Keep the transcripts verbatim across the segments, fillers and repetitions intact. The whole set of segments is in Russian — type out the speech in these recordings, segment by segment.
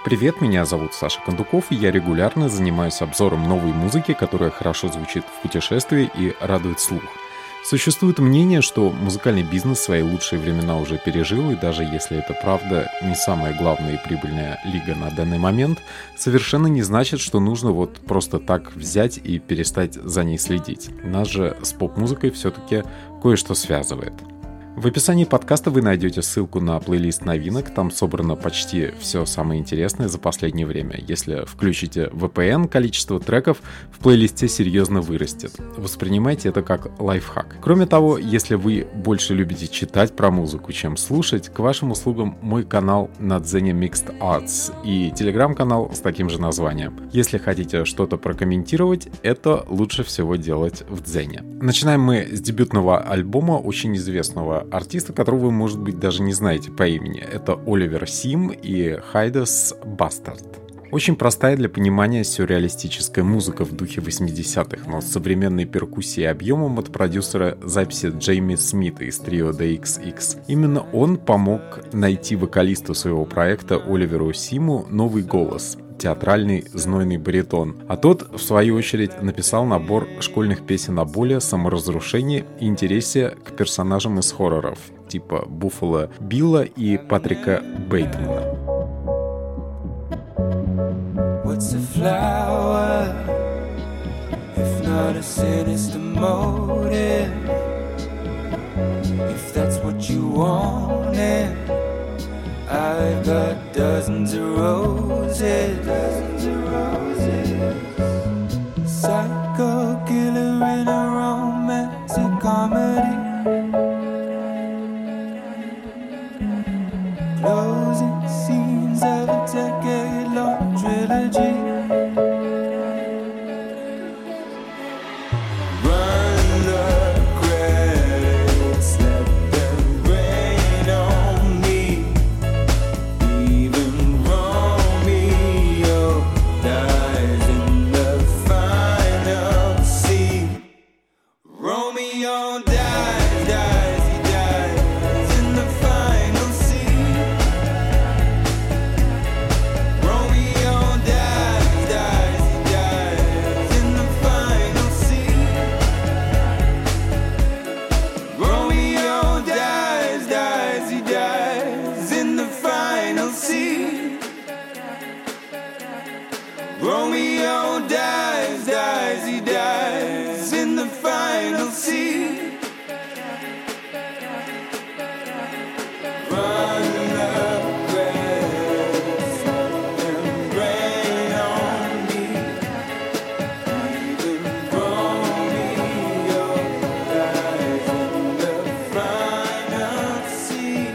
Привет, меня зовут Саша Кондуков, и я регулярно занимаюсь обзором новой музыки, которая хорошо звучит в путешествии и радует слух. Существует мнение, что музыкальный бизнес свои лучшие времена уже пережил, и даже если это правда не самая главная и прибыльная лига на данный момент, совершенно не значит, что нужно вот просто так взять и перестать за ней следить. Нас же с поп-музыкой все-таки кое-что связывает. В описании подкаста вы найдете ссылку на плейлист новинок, там собрано почти все самое интересное за последнее время. Если включите ви пи эн, количество треков в плейлисте серьезно вырастет. Воспринимайте это как лайфхак. Кроме того, если вы больше любите читать про музыку, чем слушать, к вашим услугам мой канал на Дзене Mixed Arts и телеграм-канал с таким же названием. Если хотите что-то прокомментировать, это лучше всего делать в Дзене. Начинаем мы с дебютного альбома очень известного артиста, которого вы, может быть, даже не знаете по имени. Это Оливер Сим и Хайдес Бастард. Очень простая для понимания сюрреалистическая музыка в духе восьмидесятых, но с современной перкуссией и объемом от продюсера записи Джейми Смита из трио ди икс икс. Именно он помог найти вокалисту своего проекта Оливеру Симу новый голос — театральный знойный баритон. А тот, в свою очередь, написал набор школьных песен о боли, саморазрушении и интересе к персонажам из хорроров, типа Буффало Билла и Патрика Бейтмана. What's a flower, if not a sinister motive? If that's what you wanted, I've got dozens of roses, dozens of roses. Psycho killer in a romantic comedy. Closing scenes of a decade-long trilogy. Run the credits, let them rain on me. Even Romeo dies in the final scene. Romeo dies, dies, he dies in the final scene. Romeo dies, dies, he dies in the final scene. Romeo dies, dies, he dies in the final scene. Romeo dies, dies, he dies in the final scene. Run the credits, let them rain on me. Even Romeo dies in the final scene.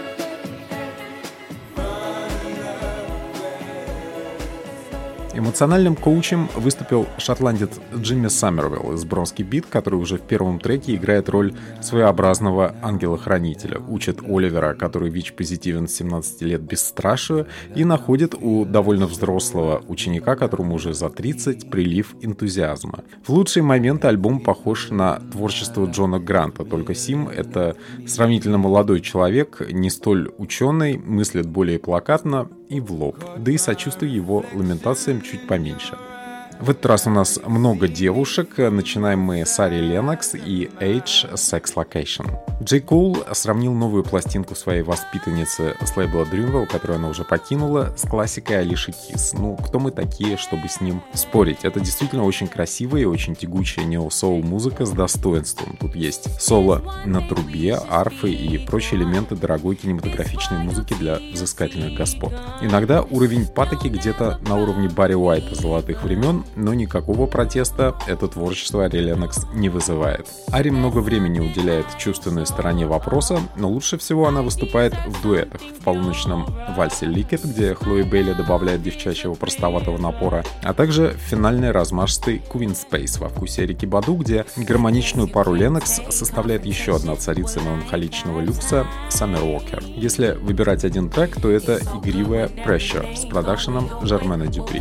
Run the credits. Эмоциональным коучем выступил шотландец Джимми Саммервилл из Бронский Бит, который уже в первом треке играет роль своеобразного ангела-хранителя, учит Оливера, который ВИЧ-позитивен с семнадцати лет, бесстрашию, и находит у довольно взрослого ученика, которому уже за тридцать, прилив энтузиазма. В лучшие моменты альбом похож на творчество Джона Гранта, только Сим — это сравнительно молодой человек, не столь ученый, мыслит более плакатно и в лоб, да и сочувствие его ламентациям чуть поменьше. В этот раз у нас много девушек. Начинаем мы с Ари Леннокс и Age Sex Location. Джей Коул сравнил новую пластинку своей воспитанницы с лейбла Dreamville, которую она уже покинула, с классикой Алиши Кис. Ну, кто мы такие, чтобы с ним спорить? Это действительно очень красивая и очень тягучая нео-соул музыка с достоинством. Тут есть соло на трубе, арфы и прочие элементы дорогой кинематографичной музыки для взыскательных господ. Иногда уровень патоки где-то на уровне Барри Уайта золотых времен, но никакого протеста это творчество Ари Леннокс не вызывает. Ари много времени уделяет чувственной стороне вопроса, но лучше всего она выступает в дуэтах. В полуночном вальсе «Lick It», где Хлои Бейли добавляет девчачьего простоватого напора, а также в финальной размашистой Queen Space во вкусе Эрики Баду, где гармоничную пару Леннокс составляет еще одна царица меланхоличного люкса Саммер Уокер. Если выбирать один трек, то это игривая Pressure с продакшеном Жермена Дюпри.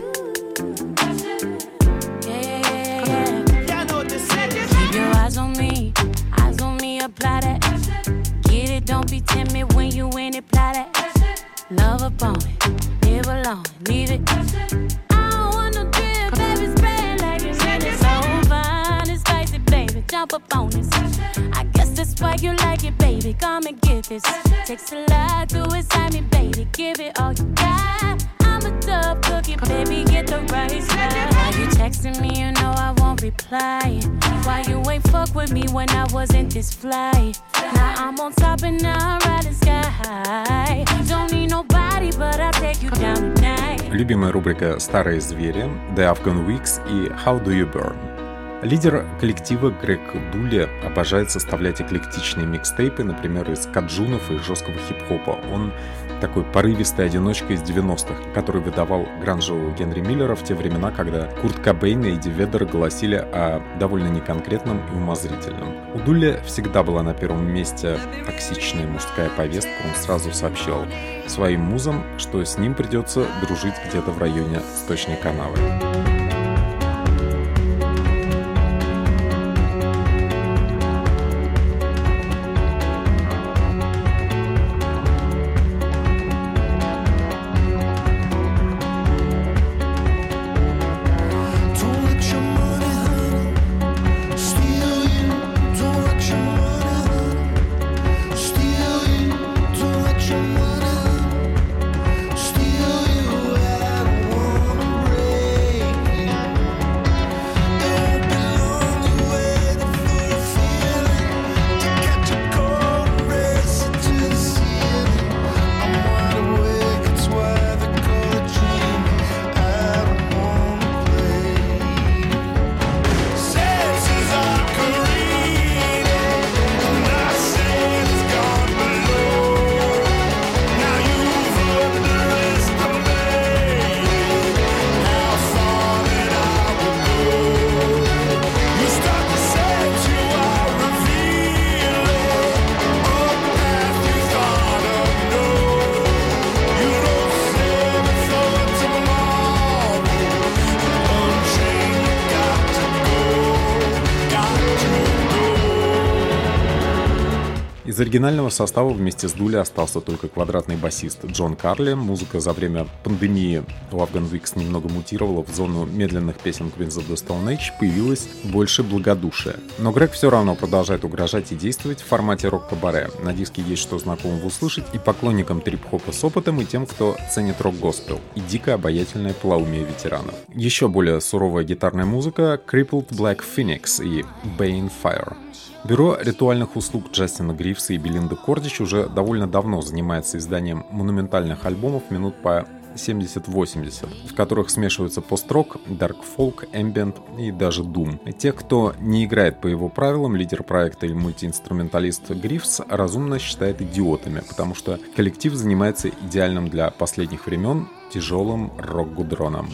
Keep your eyes on me. Don't be timid when you in it, apply that. Love upon it, live alone, leave it. I don't want no drip, baby, spread like it's in it. So fine and spicy, baby, jump up on this. I guess that's why you like it, baby, come and get this. Takes a lot to excite me, baby, give it all you got. I'm a tough cookie, baby, get the right side. Why you texting me, you know I won't reply. Why you ain't fuck with me when I wasn't this fly? Now I'm on top and now I'm riding sky high. Don't need nobody, but I'll take you down tonight. Любимая рубрика «Старые звери», The Afghan Wigs и How Do You Burn. Лидер коллектива Грег Дулли обожает составлять эклектичные микстейпы, например, из каджунов и жесткого хип-хопа. Он такой порывистый одиночка из девяностых, который выдавал гранжевого Генри Миллера в те времена, когда Курт Кобейн и Эдди Веддер голосили о довольно неконкретном и умозрительном. У Дулли всегда была на первом месте токсичная мужская повестка. Он сразу сообщил своим музам, что с ним придется дружить где-то в районе Сточной канавы. Из оригинального состава вместе с Дулли остался только квадратный басист Джон Карли. Музыка за время пандемии у Afghan Wigs немного мутировала в зону медленных песен Queens of the Stone Age, появилось больше благодушия. Но Грег все равно продолжает угрожать и действовать в формате рок-кабаре. На диске есть что знакомого услышать и поклонникам трип-хопа с опытом, и тем, кто ценит рок-госпел, и дико обаятельное полоумие ветеранов. Еще более суровая гитарная музыка Crippled Black Phoenix и Bane Fire. Бюро ритуальных услуг Джастина Грифса и Белинды Кордич уже довольно давно занимается изданием монументальных альбомов минут по семьдесят-восемьдесят, в которых смешиваются пост-рок, дарк-фолк, эмбиент и даже дум. Тех, кто не играет по его правилам, лидер проекта и мультиинструменталист Грифс разумно считает идиотами, потому что коллектив занимается идеальным для последних времен тяжелым рок-гудроном.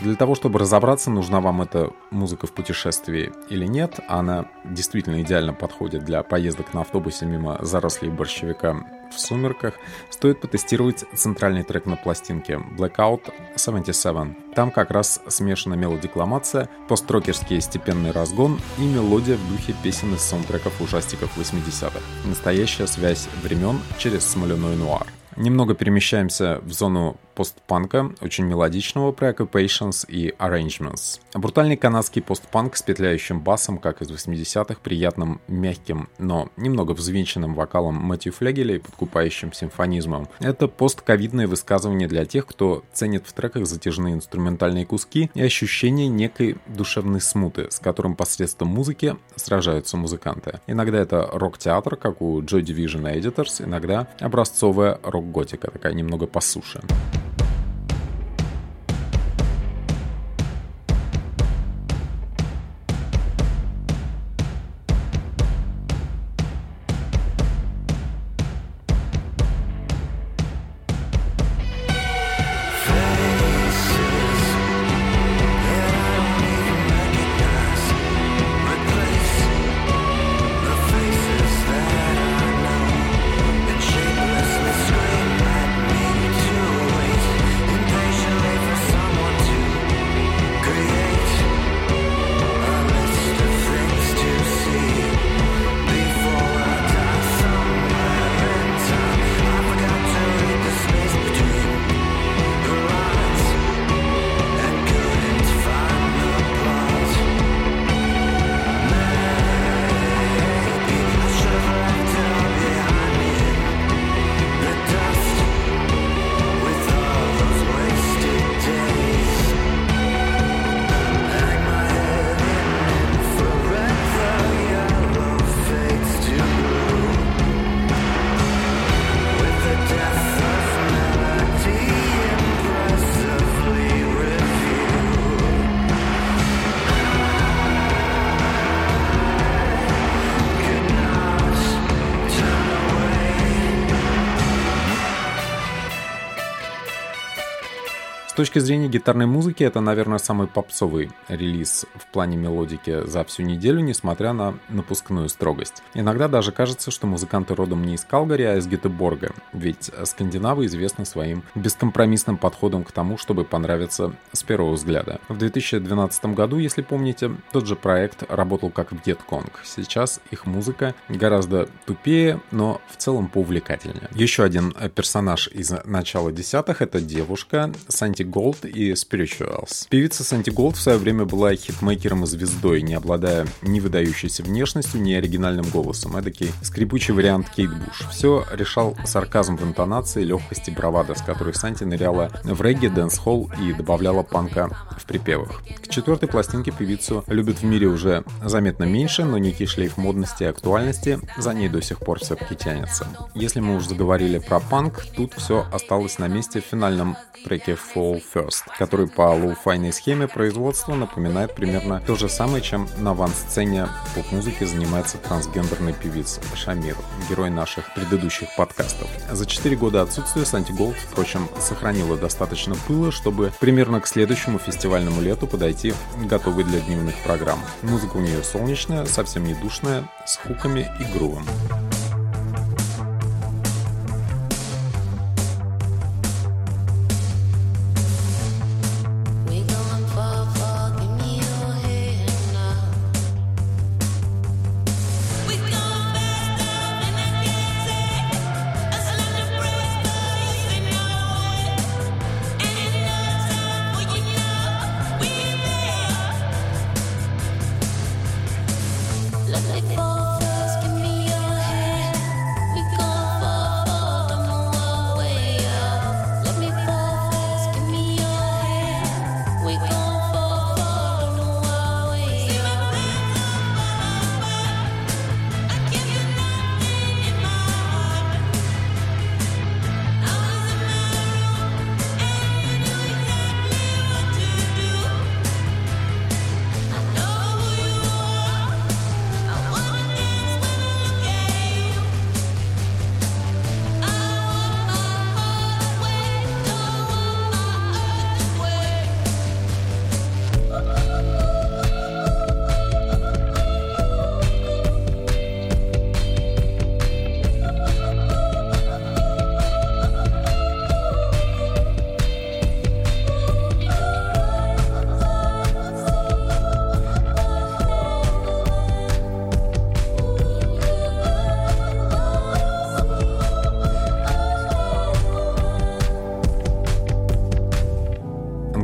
Для того, чтобы разобраться, нужна вам эта музыка в путешествии или нет, она действительно идеально подходит для поездок на автобусе мимо зарослей борщевика в сумерках, стоит потестировать центральный трек на пластинке Blackout семьдесят семь. Там как раз смешана мелодикламация, построкерский степенный разгон и мелодия в духе песен из саундтреков ужастиков восьмидесятых. Настоящая связь времен через смоляной нуар. Немного перемещаемся в зону постпанка, очень мелодичного Preoccupations и Arrangements. Брутальный канадский постпанк с петляющим басом, как из восьмидесятых, приятным, мягким, но немного взвинченным вокалом Мэтью Флегеля и подкупающим симфонизмом. Это постковидное высказывание для тех, кто ценит в треках затяжные инструментальные куски и ощущение некой душевной смуты, с которым посредством музыки сражаются музыканты. Иногда это рок-театр, как у Joy Division Editors, иногда образцовая рок-готика, такая немного по суше. С точки зрения гитарной музыки, это, наверное, самый попсовый релиз в плане мелодики за всю неделю, несмотря на напускную строгость. Иногда даже кажется, что музыканты родом не из Калгари, а из Гетеборга, ведь скандинавы известны своим бескомпромиссным подходом к тому, чтобы понравиться с первого взгляда. В две тысячи двенадцатом году, если помните, тот же проект работал как в Вьетконг. Сейчас их музыка гораздо тупее, но в целом поувлекательнее. Еще один персонаж из начала десятых — это девушка Санти Голд и Spirituals. Певица Санти Голд в свое время была хитмейкером и звездой, не обладая ни выдающейся внешностью, ни оригинальным голосом. Эдакий скрипучий вариант Кейт Буш. Все решал сарказм в интонации, легкости, бравада, с которой Санти ныряла в регги, дэнс-холл и добавляла панка в припевах. К четвертой пластинке певицу любят в мире уже заметно меньше, но некий шлейф модности и актуальности за ней до сих пор все-таки тянется. Если мы уже заговорили про панк, тут все осталось на месте в финальном треке Fall First, который по лоу-файной схеме производства напоминает примерно то же самое, чем на ван-сцене поп-музыки занимается трансгендерный певец Шамир, герой наших предыдущих подкастов. За четыре года отсутствия Санти Голд, впрочем, сохранила достаточно пыла, чтобы примерно к следующему фестивальному лету подойти готовой для дневных программ. Музыка у нее солнечная, совсем не душная, с хуками и грувом. Let me fall first, give me your hand.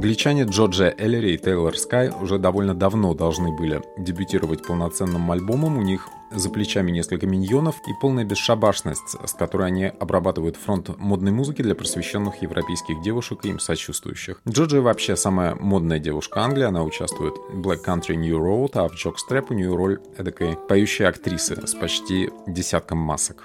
Англичане Джорджия Эллери и Тейлор Скай уже довольно давно должны были дебютировать полноценным альбомом. У них за плечами несколько миньонов и полная бесшабашность, с которой они обрабатывают фронт модной музыки для просвещенных европейских девушек и им сочувствующих. Джорджия вообще самая модная девушка Англии, она участвует в Black Country New Road, а в Jockstrap у нее роль эдакой поющей актрисы с почти десятком масок.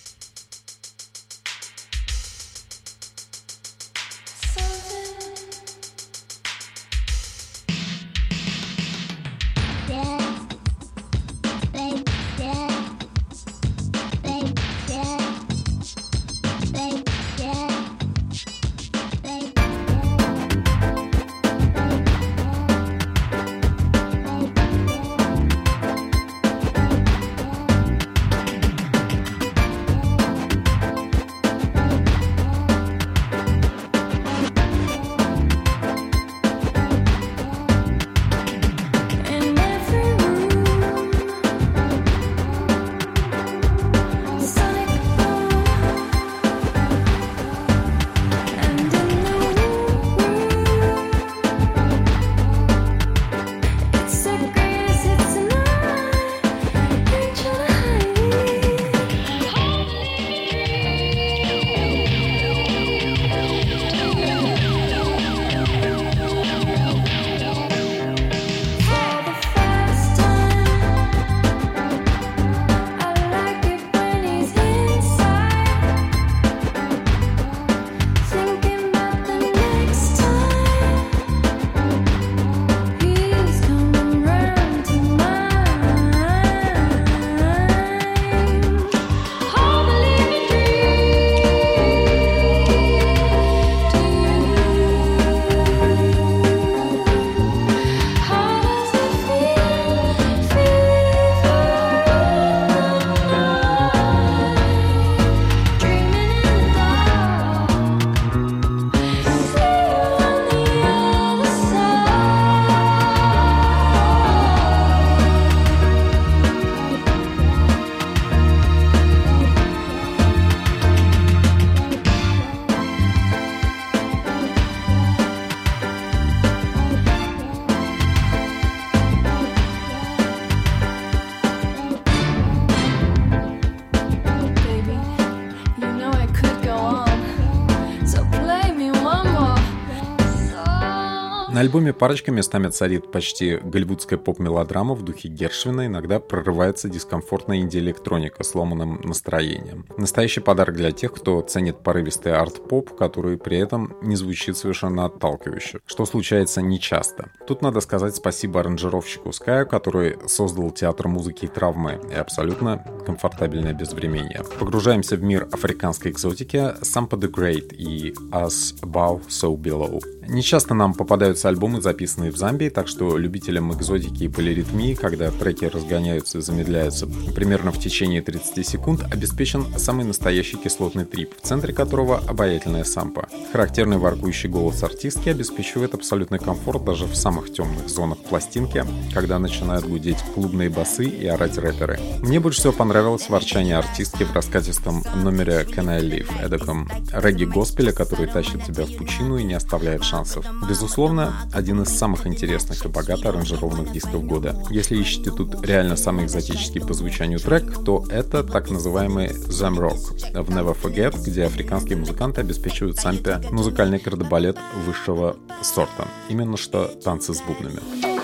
На альбоме парочка местами царит почти голливудская поп-мелодрама в духе Гершвина, иногда прорывается дискомфортная инди-электроника с ломаным настроением. Настоящий подарок для тех, кто ценит порывистый арт-поп, который при этом не звучит совершенно отталкивающе, что случается нечасто. Тут надо сказать спасибо аранжировщику Скаю, который создал театр музыки и травмы и абсолютно комфортабельное безвременье. Погружаемся в мир африканской экзотики Sampa the Great и As Above, So Below. Нечасто нам попадаются альбомы, записанные в Замбии, так что любителям экзотики и полиритмии, когда треки разгоняются и замедляются примерно в течение тридцати секунд, обеспечен самый настоящий кислотный трип, в центре которого обаятельная сампа. Характерный воркующий голос артистки обеспечивает абсолютный комфорт даже в самых темных зонах пластинки, когда начинают гудеть клубные басы и орать рэперы. Мне больше всего понравилось ворчание артистки в раскатистом номере Can I Live, эдаком регги-госпеле, который тащит тебя в пучину и не оставляет шансов. Безусловно, один из самых интересных и богато аранжированных дисков года. Если ищете тут реально самый экзотический по звучанию трек, то это так называемый Zam Rock в Never Forget, где африканские музыканты обеспечивают сампе музыкальный кардебалет высшего сорта. Именно что танцы с бубнами.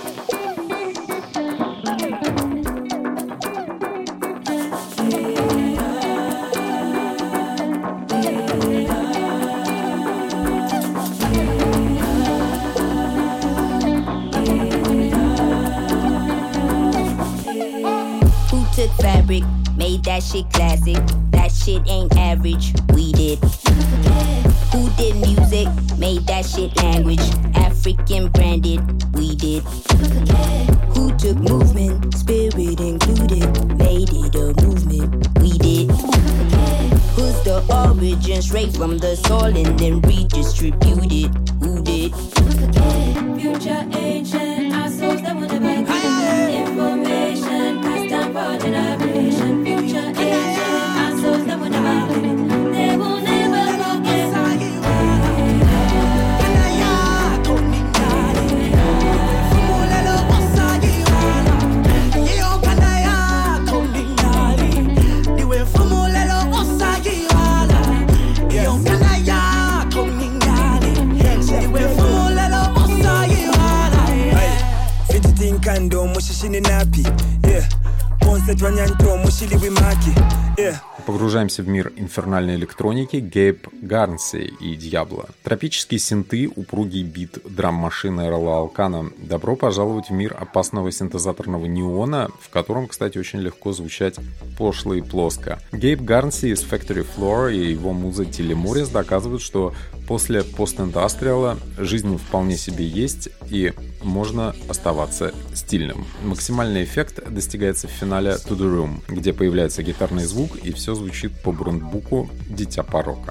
Fabric, made that shit classic. That shit ain't average, we did. Who did music, made that shit language. African branded, we did. Who took movement, spirit included, made it a movement, we did. Who's the origin, straight from the soil and then redistributed, who did? Future ancient, our souls that were never given information, past time for generation. Future ancient, our souls that were never given, they will never forget. Nando mushishini napi. Yeah. Monster twanyanto mushili wimaki. Yeah. Погружаемся в мир инфернальной электроники Гейб Гарнси и Диабло. Тропические синты, упругий бит драм-машины Эрла Алкана. Добро пожаловать в мир опасного синтезаторного неона, в котором, кстати, очень легко звучать пошло и плоско. Гейб Гарнси из Factory Floor и его муза Тилли Моррис доказывают, что после постиндастриала жизнь вполне себе есть и можно оставаться стильным. Максимальный эффект достигается в финале To The Room, где появляется гитарный звук и все звучит по брендбуку «Дитя порока».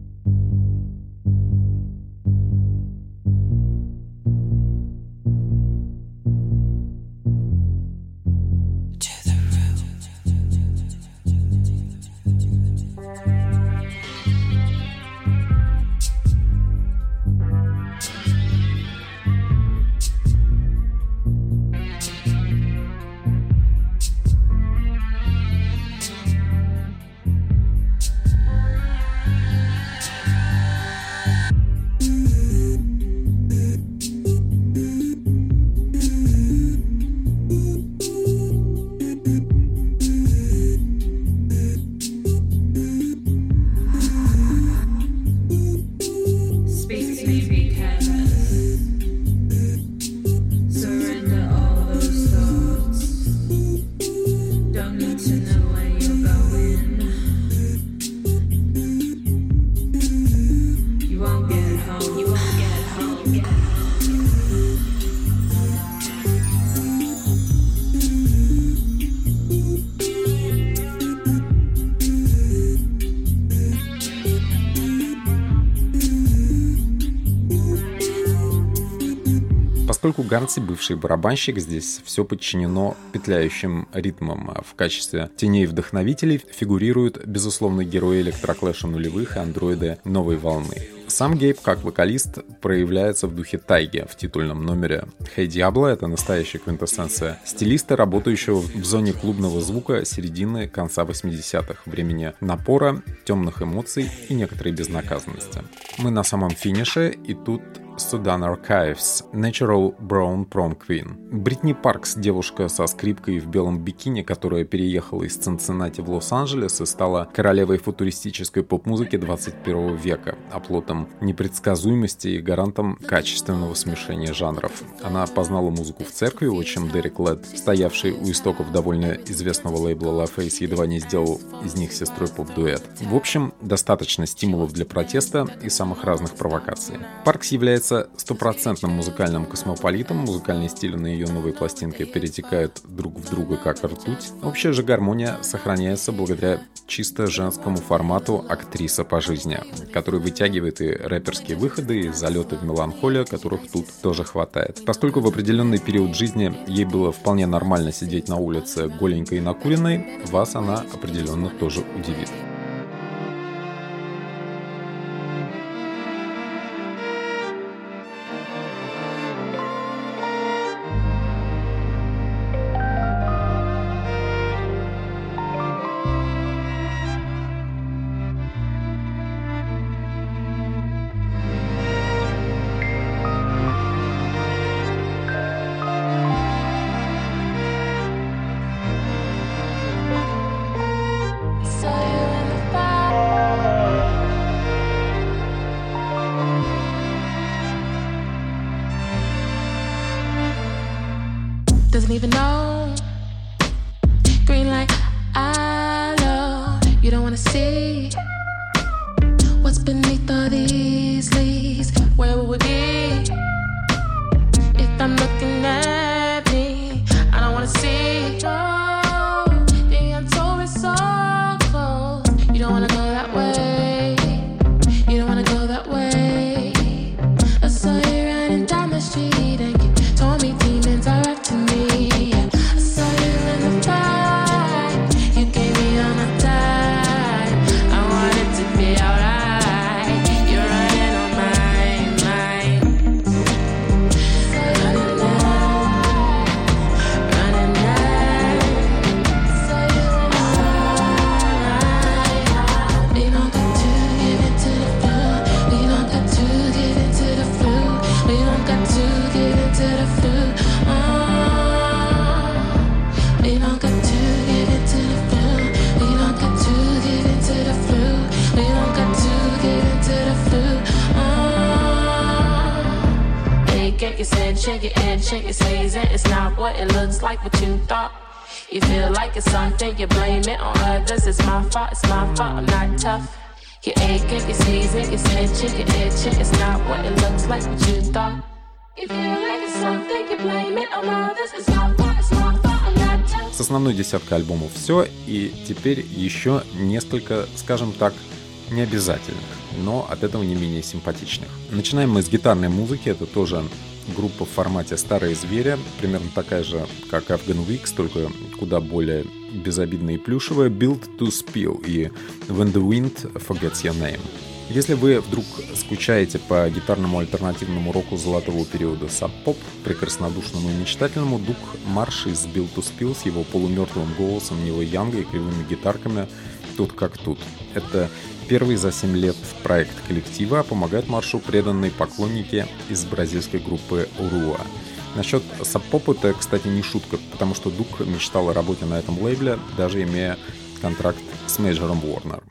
Поскольку Гарнси бывший барабанщик, здесь все подчинено петляющим ритмам. В качестве теней-вдохновителей фигурируют, безусловно, герои электроклэша нулевых и андроиды новой волны. Сам Гейб, как вокалист, проявляется в духе тайги в титульном номере «Hey Diablo» — это настоящая квинтэссенция стилиста, работающего в зоне клубного звука середины конца восьмидесятых, времени напора, темных эмоций и некоторой безнаказанности. Мы на самом финише, и тут Sudan Archives, Natural Brown Prom Queen. Бритни Паркс, девушка со скрипкой в белом бикини, которая переехала из Цинциннати в Лос-Анджелес и стала королевой футуристической поп-музыки двадцать первого века, оплотом непредсказуемости и гарантом качественного смешения жанров. Она познала музыку в церкви, отчим Дерек Лед, стоявший у истоков довольно известного лейбла LaFace, едва не сделал из них сестрой поп-дуэт. В общем, достаточно стимулов для протеста и самых разных провокаций. Паркс является стопроцентным музыкальным космополитом, музыкальные стили на ее новой пластинке перетекают друг в друга как ртуть. Общая же гармония сохраняется благодаря чисто женскому формату актриса по жизни, который вытягивает и рэперские выходы, и залеты в меланхолию, которых тут тоже хватает. Поскольку в определенный период жизни ей было вполне нормально сидеть на улице голенькой и накуренной, вас она определенно тоже удивит. Doesn't even know. Green light, I know. You don't wanna see what's beneath all these leaves. Where will we be if I'm looking at me? I don't wanna see. Oh, the untold is so close. You don't wanna go that way. You don't wanna go that way. I saw you running down the street and you told me demons are after me. Alright, you're running on my mind. your sensation, your inching, your season. It's not what it looks like, what you thought. You feel like it's something, you blame it on others. It's my fault, it's my fault, I'm not tough. You're aching, you're seizing, you're snitching, you're itching. It's not what it looks like, what you thought. You feel like it's something, you blame it on others. It's my fault, it's my fault, I'm not tough. С основной десяткой альбомов все, и теперь еще несколько, скажем так, необязательных, но от этого не менее симпатичных. Начинаем мы с гитарной музыки, это тоже группа в формате «Старые звери», примерно такая же, как Afghan Wigs, только куда более безобидная и плюшевая, Built to Spill и When the Wind Forgets Your Name. Если вы вдруг скучаете по гитарному альтернативному року золотого периода саб-поп, прекраснодушному и мечтательному, Дуг Марш из Built to Spill с его полумертвым голосом Нила Янга и кривыми гитарками тут как тут. Это первый за семь лет проект коллектива, а помогают Маршу преданные поклонники из бразильской группы Уруа. Насчет саб-попа это, кстати, не шутка, потому что Дуг мечтал о работе на этом лейбле, даже имея контракт с менеджером Warner.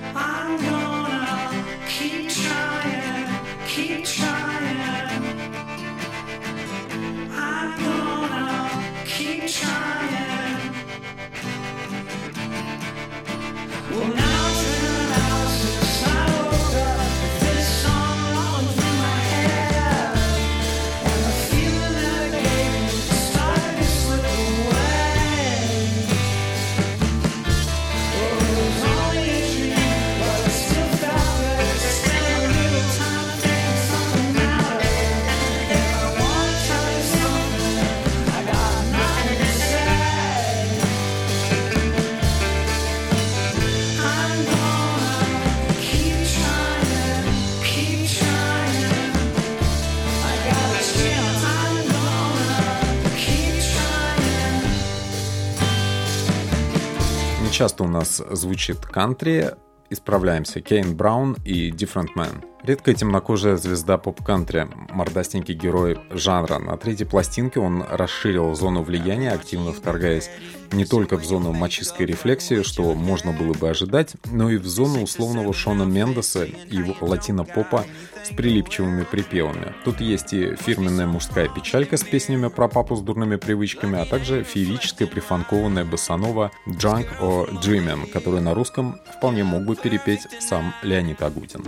Часто у нас звучит кантри, исправляемся, Кейн Браун и Different Man. Редкая темнокожая звезда поп-кантри, мордастенький герой жанра. На третьей пластинке он расширил зону влияния, активно вторгаясь не только в зону мачистской рефлексии, что можно было бы ожидать, но и в зону условного Шона Мендеса и его латино-попа с прилипчивыми припевами. Тут есть и фирменная мужская печалька с песнями про папу с дурными привычками, а также феерическая прифанкованная боссанова «Drunk or Dreamin'», которую на русском вполне мог бы перепеть сам Леонид Агутин.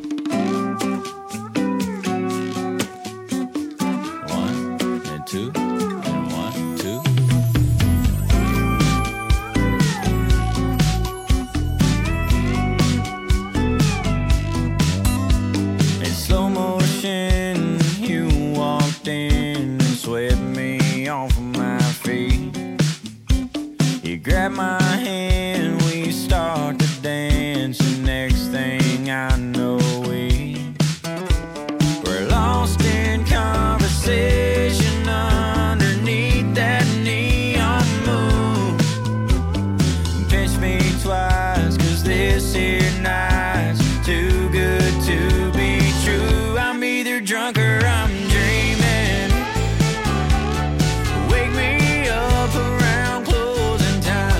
My hand, we start to dance, and next thing I know, we we're lost in conversation underneath that neon moon. Pinch me twice, cause this here night's too good to be true. I'm either drunk or I'm dreaming. Wake me up around closing time.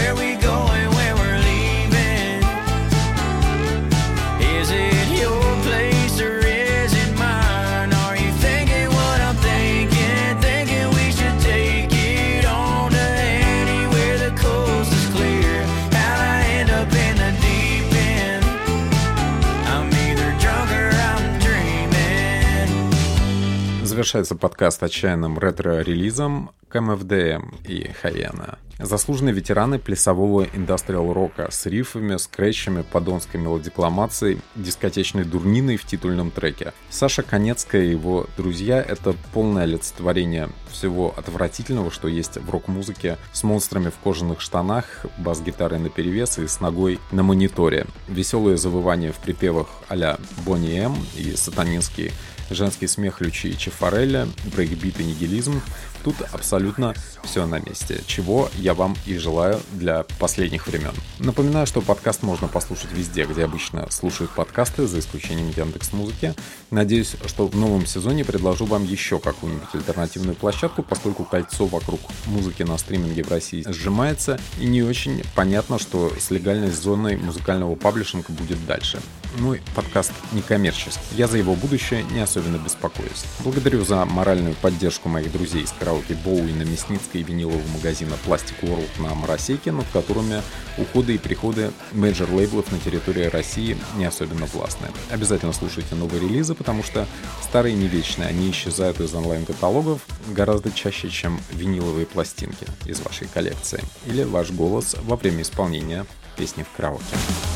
Завершается подкаст отчаянным ретро-релизом кэм эф ди эм и Хайена. Заслуженные ветераны плясового индастриал-рока с рифами, скретчами, подонской мелодикламацией, дискотечной дурниной в титульном треке. Саша Конецкая и его друзья — это полное олицетворение всего отвратительного, что есть в рок-музыке, с монстрами в кожаных штанах, бас-гитарой наперевес и с ногой на мониторе. Веселые завывания в припевах а-ля Бонни М и сатанинский женский смех Лючии Чефарелли, брейкбит и нигилизм. Тут абсолютно все на месте, чего я вам и желаю для последних времен. Напоминаю, что подкаст можно послушать везде, где обычно слушают подкасты, за исключением Яндекс.Музыки. Надеюсь, что в новом сезоне предложу вам еще какую-нибудь альтернативную площадку, поскольку кольцо вокруг музыки на стриминге в России сжимается, и не очень понятно, что с легальной зоной музыкального паблишинга будет дальше. Мой подкаст некоммерческий, я за его будущее не особенно беспокоюсь. Благодарю за моральную поддержку моих друзей из караоке Боуи на Мясницкой и винилового магазина Plastic World на Моросейке, над которыми уходы и приходы мейджор-лейблов на территории России не особенно властны. Обязательно слушайте новые релизы, потому что старые не вечные, они исчезают из онлайн-каталогов гораздо чаще, чем виниловые пластинки из вашей коллекции или ваш голос во время исполнения песни в караоке.